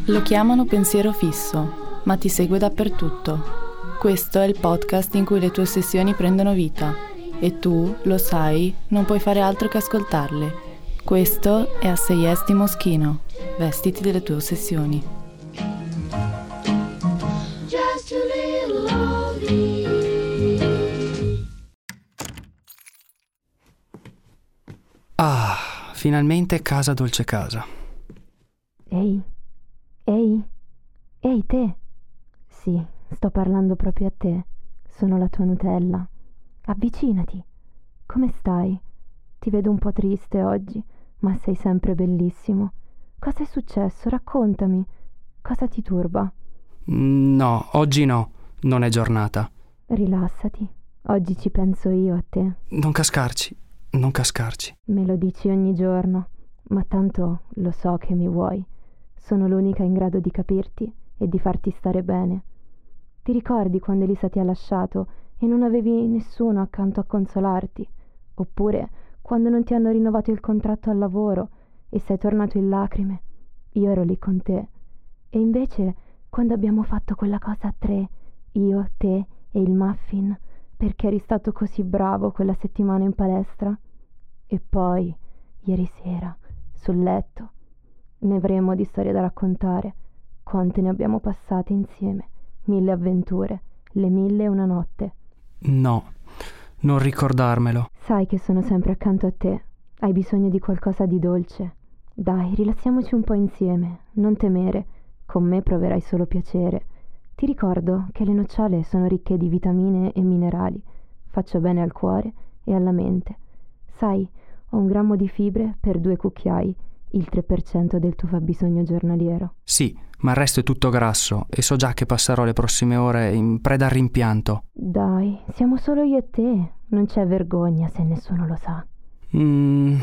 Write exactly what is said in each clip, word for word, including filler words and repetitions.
Lo chiamano pensiero fisso, ma ti segue dappertutto. Questo è il podcast in cui le tue ossessioni prendono vita e tu, lo sai, non puoi fare altro che ascoltarle. Questo è Assai Esti Moschino. Vestiti delle tue ossessioni. Just a little lonely. Ah, finalmente casa dolce casa. Ehi, ehi, ehi te. Sì, sto parlando proprio a te. Sono la tua Nutella. Avvicinati. Come stai? Ti vedo un po' triste oggi, ma sei sempre bellissimo. Cosa è successo? Raccontami. Cosa ti turba? No, oggi no, non è giornata. Rilassati. Oggi ci penso io a te. Non cascarci, non cascarci. Me lo dici ogni giorno, ma tanto lo so che mi vuoi. Sono l'unica in grado di capirti e di farti stare bene. Ti ricordi quando Elisa ti ha lasciato e non avevi nessuno accanto a consolarti? Oppure quando non ti hanno rinnovato il contratto al lavoro e sei tornato in lacrime? Io ero lì con te. E invece quando abbiamo fatto quella cosa a tre, io, te e il muffin, perché eri stato così bravo quella settimana in palestra? E poi, ieri sera, sul letto, ne avremo di storie da raccontare. Quante ne abbiamo passate insieme, mille avventure, le mille e una notte. No, non ricordarmelo. Sai che sono sempre accanto a te. Hai bisogno di qualcosa di dolce. Dai, rilassiamoci un po' insieme, non temere. Con me proverai solo piacere. Ti ricordo che le nocciole sono ricche di vitamine e minerali. Faccio bene al cuore e alla mente. Sai, ho un grammo di fibre per due cucchiai, il tre per cento del tuo fabbisogno giornaliero. Sì, ma il resto è tutto grasso e so già che passerò le prossime ore in preda al rimpianto. Dai, siamo solo io e te. Non c'è vergogna se nessuno lo sa. Mm.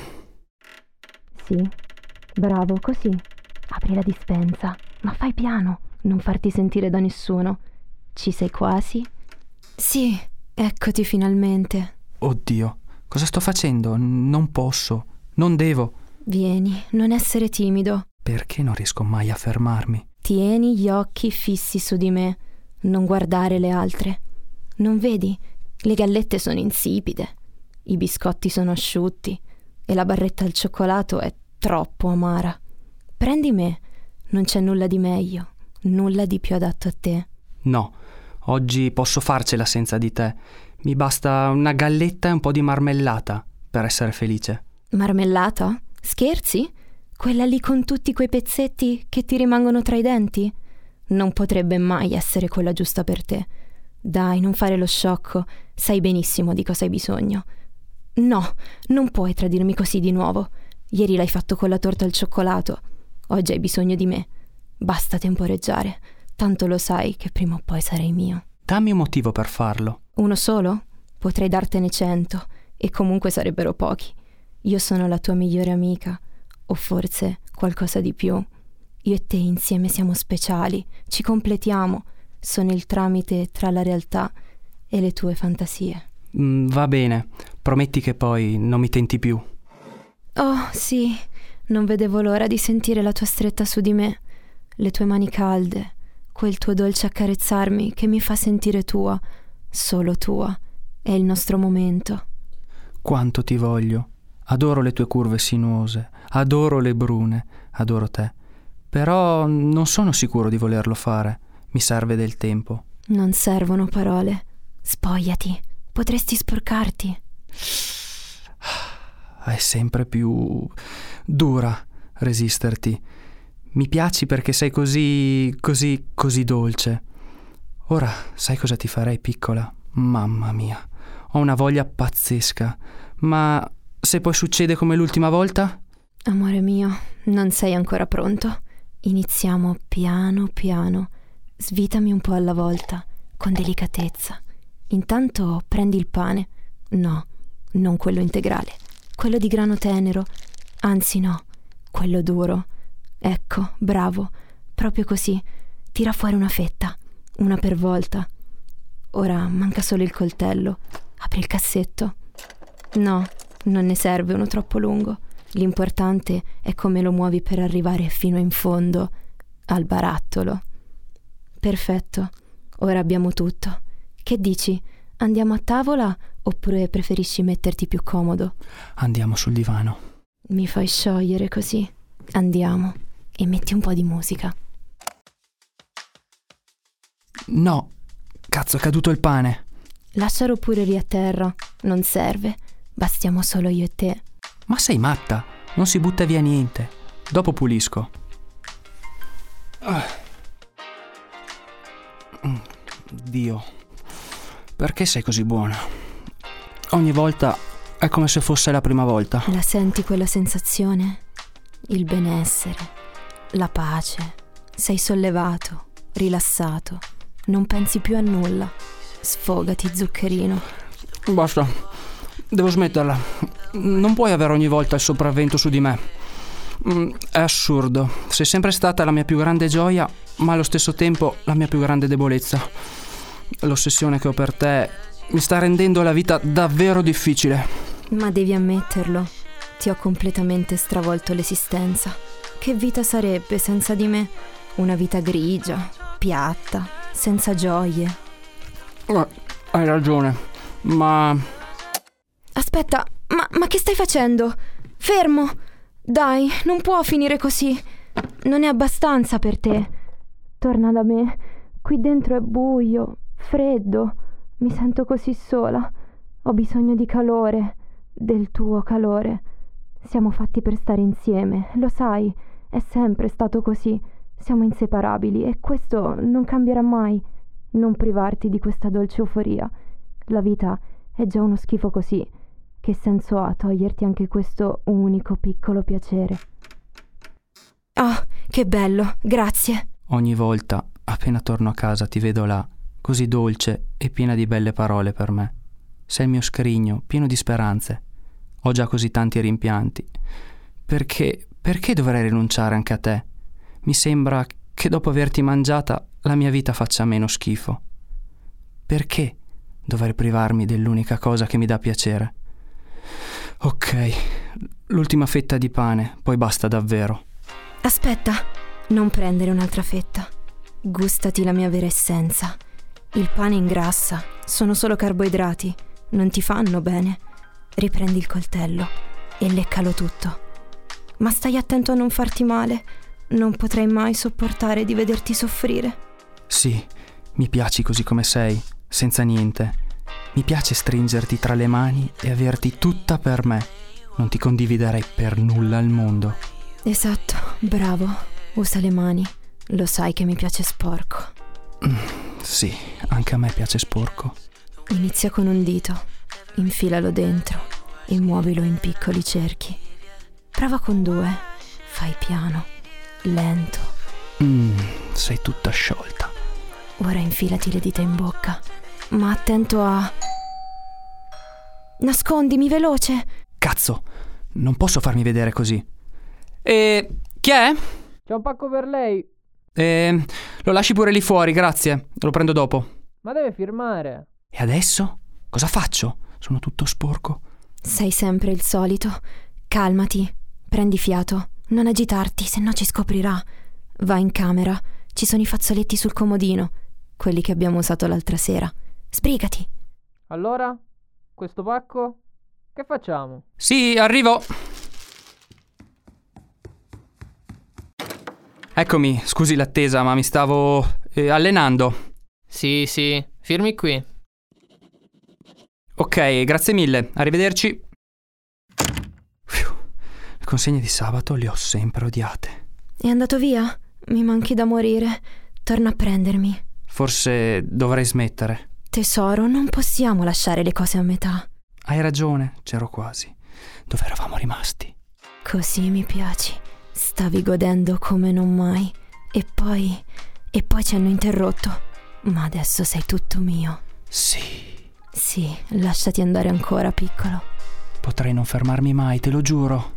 Sì, bravo, così. Apri la dispensa, ma fai piano, non farti sentire da nessuno. Ci sei quasi? Sì, eccoti finalmente. Oddio, cosa sto facendo? Non posso, non devo. Vieni, non essere timido. Perché non riesco mai a fermarmi? Tieni gli occhi fissi su di me, non guardare le altre. Non vedi? Le gallette sono insipide, i biscotti sono asciutti e la barretta al cioccolato è troppo amara. Prendi me, non c'è nulla di meglio, nulla di più adatto a te. No, oggi posso farcela senza di te. Mi basta una galletta e un po' di marmellata per essere felice. Marmellata? Scherzi? Quella lì con tutti quei pezzetti che ti rimangono tra i denti? Non potrebbe mai essere quella giusta per te. Dai, non fare lo sciocco, sai benissimo di cosa hai bisogno. No, non puoi tradirmi così di nuovo. Ieri l'hai fatto con la torta al cioccolato. Oggi hai bisogno di me. Basta temporeggiare, tanto lo sai che prima o poi sarai mio. Dammi un motivo per farlo. Uno solo? Potrei dartene cento, e comunque sarebbero pochi. Io sono la tua migliore amica, o forse qualcosa di più. Io e te insieme siamo speciali, ci completiamo. Sono il tramite tra la realtà e le tue fantasie. Mm, va bene, prometti che poi non mi tenti più. Oh, sì, non vedevo l'ora di sentire la tua stretta su di me, le tue mani calde, quel tuo dolce accarezzarmi che mi fa sentire tua, solo tua. È il nostro momento. Quanto ti voglio. Adoro le tue curve sinuose, adoro le brune, adoro te. Però non sono sicuro di volerlo fare. Mi serve del tempo. Non servono parole. Spogliati. Potresti sporcarti. È sempre più dura resisterti. Mi piaci perché sei così, così, così dolce. Ora sai cosa ti farei, piccola? Mamma mia, ho una voglia pazzesca. Ma se poi succede come l'ultima volta? Amore mio, non sei ancora pronto. Iniziamo piano piano. Svitami un po' alla volta, con delicatezza. Intanto prendi il pane. No, non quello integrale. Quello di grano tenero. Anzi no, quello duro. Ecco, bravo. Proprio così. Tira fuori una fetta, una per volta. Ora manca solo il coltello. Apri il cassetto. No, non ne serve uno troppo lungo. L'importante è come lo muovi per arrivare fino in fondo. Al barattolo. Perfetto, ora abbiamo tutto. Che dici? Andiamo a tavola oppure preferisci metterti più comodo? Andiamo sul divano. Mi fai sciogliere così. Andiamo e metti un po' di musica. No, cazzo, è caduto il pane. Lascialo pure lì a terra, non serve. Bastiamo solo io e te. Ma sei matta? Non si butta via niente. Dopo pulisco. Ah. Dio, perché sei così buona? Ogni volta è come se fosse la prima volta. La senti quella sensazione? Il benessere, la pace. Sei sollevato, rilassato. Non pensi più a nulla. Sfogati, zuccherino. Basta, devo smetterla. Non puoi avere ogni volta il sopravvento su di me. È assurdo. Sei sempre stata la mia più grande gioia, ma allo stesso tempo la mia più grande debolezza. L'ossessione che ho per te mi sta rendendo la vita davvero difficile. Ma devi ammetterlo, ti ho completamente stravolto l'esistenza. Che vita sarebbe senza di me? Una vita grigia, piatta, senza gioie. Eh, hai ragione, ma... Aspetta, ma, ma che stai facendo? Fermo! Dai, non può finire così. Non è abbastanza per te. Torna da me. Qui dentro è buio, freddo. Mi sento così sola. Ho bisogno di calore, del tuo calore. Siamo fatti per stare insieme, lo sai. È sempre stato così. Siamo inseparabili e questo non cambierà mai. Non privarti di questa dolce euforia. La vita è già uno schifo così. Che senso ha toglierti anche questo unico piccolo piacere? Oh, che bello, grazie. Ogni volta, appena torno a casa, ti vedo là, così dolce e piena di belle parole per me. Sei il mio scrigno, pieno di speranze. Ho già così tanti rimpianti. Perché, perché dovrei rinunciare anche a te? Mi sembra che dopo averti mangiata la mia vita faccia meno schifo. Perché dovrei privarmi dell'unica cosa che mi dà piacere? Ok, l'ultima fetta di pane, poi basta davvero. Aspetta, non prendere un'altra fetta. Gustati la mia vera essenza. Il pane ingrassa, sono solo carboidrati, non ti fanno bene. Riprendi il coltello e leccalo tutto. Ma stai attento a non farti male. Non potrei mai sopportare di vederti soffrire. Sì, mi piaci così come sei, senza niente. Mi piace stringerti tra le mani e averti tutta per me. Non ti condividerei per nulla al mondo. Esatto, bravo. Usa le mani. Lo sai che mi piace sporco. Mm, sì, anche a me piace sporco. Inizia con un dito. Infilalo dentro e muovilo in piccoli cerchi. Prova con due. Fai piano, lento. Mm, sei tutta sciolta. Ora infilati le dita in bocca. Ma attento a... Nascondimi, veloce! Cazzo, non posso farmi vedere così. E... chi è? C'è un pacco per lei. E... lo lasci pure lì fuori, grazie. Lo prendo dopo. Ma deve firmare. E adesso? Cosa faccio? Sono tutto sporco. Sei sempre il solito. Calmati, prendi fiato. Non agitarti, se no ci scoprirà. Va in camera. Ci sono i fazzoletti sul comodino. Quelli che abbiamo usato l'altra sera. Sbrigati. Allora? Questo pacco? Che facciamo? Sì, arrivo. Eccomi, scusi l'attesa, ma mi stavo eh, allenando. Sì, sì, firmi qui. Ok, grazie mille, arrivederci. Fiu. Le consegne di sabato le ho sempre odiate. È andato via? Mi manchi da morire. Torna a prendermi. Forse dovrei smettere. Tesoro, non possiamo lasciare le cose a metà. Hai ragione, c'ero quasi. Dove eravamo rimasti? Così mi piaci. Stavi godendo come non mai. E poi... E poi ci hanno interrotto. Ma adesso sei tutto mio. Sì. Sì, lasciati andare ancora, piccolo. Potrei non fermarmi mai, te lo giuro.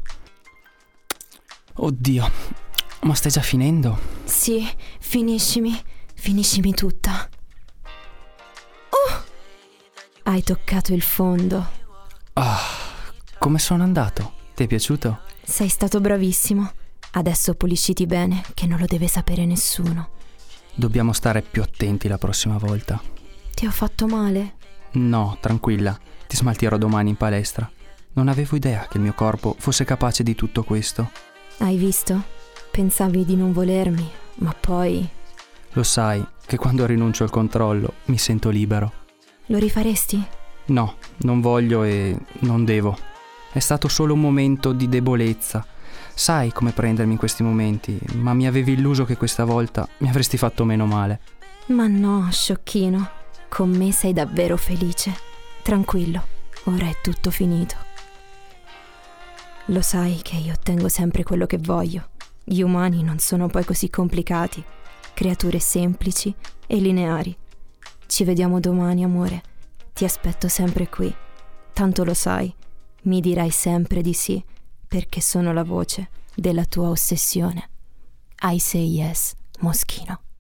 Oddio, ma stai già finendo? Sì, finiscimi. Finiscimi tutta. Oh! Hai toccato il fondo. Ah, come sono andato? Ti è piaciuto? Sei stato bravissimo. Adesso pulisciti bene, che non lo deve sapere nessuno. Dobbiamo stare più attenti la prossima volta. Ti ho fatto male? No, tranquilla, ti smaltirò domani in palestra. Non avevo idea che il mio corpo fosse capace di tutto questo. Hai visto? Pensavi di non volermi, ma poi... Lo sai che quando rinuncio al controllo mi sento libero. Lo rifaresti? No, non voglio e non devo. È stato solo un momento di debolezza. Sai come prendermi in questi momenti, ma mi avevi illuso che questa volta mi avresti fatto meno male. Ma no, sciocchino. Con me sei davvero felice. Tranquillo, ora è tutto finito. Lo sai che io ottengo sempre quello che voglio. Gli umani non sono poi così complicati, creature semplici e lineari. Ci vediamo domani, amore. Ti aspetto sempre qui. Tanto lo sai, mi dirai sempre di sì, perché sono la voce della tua ossessione. I say yes, Moschino.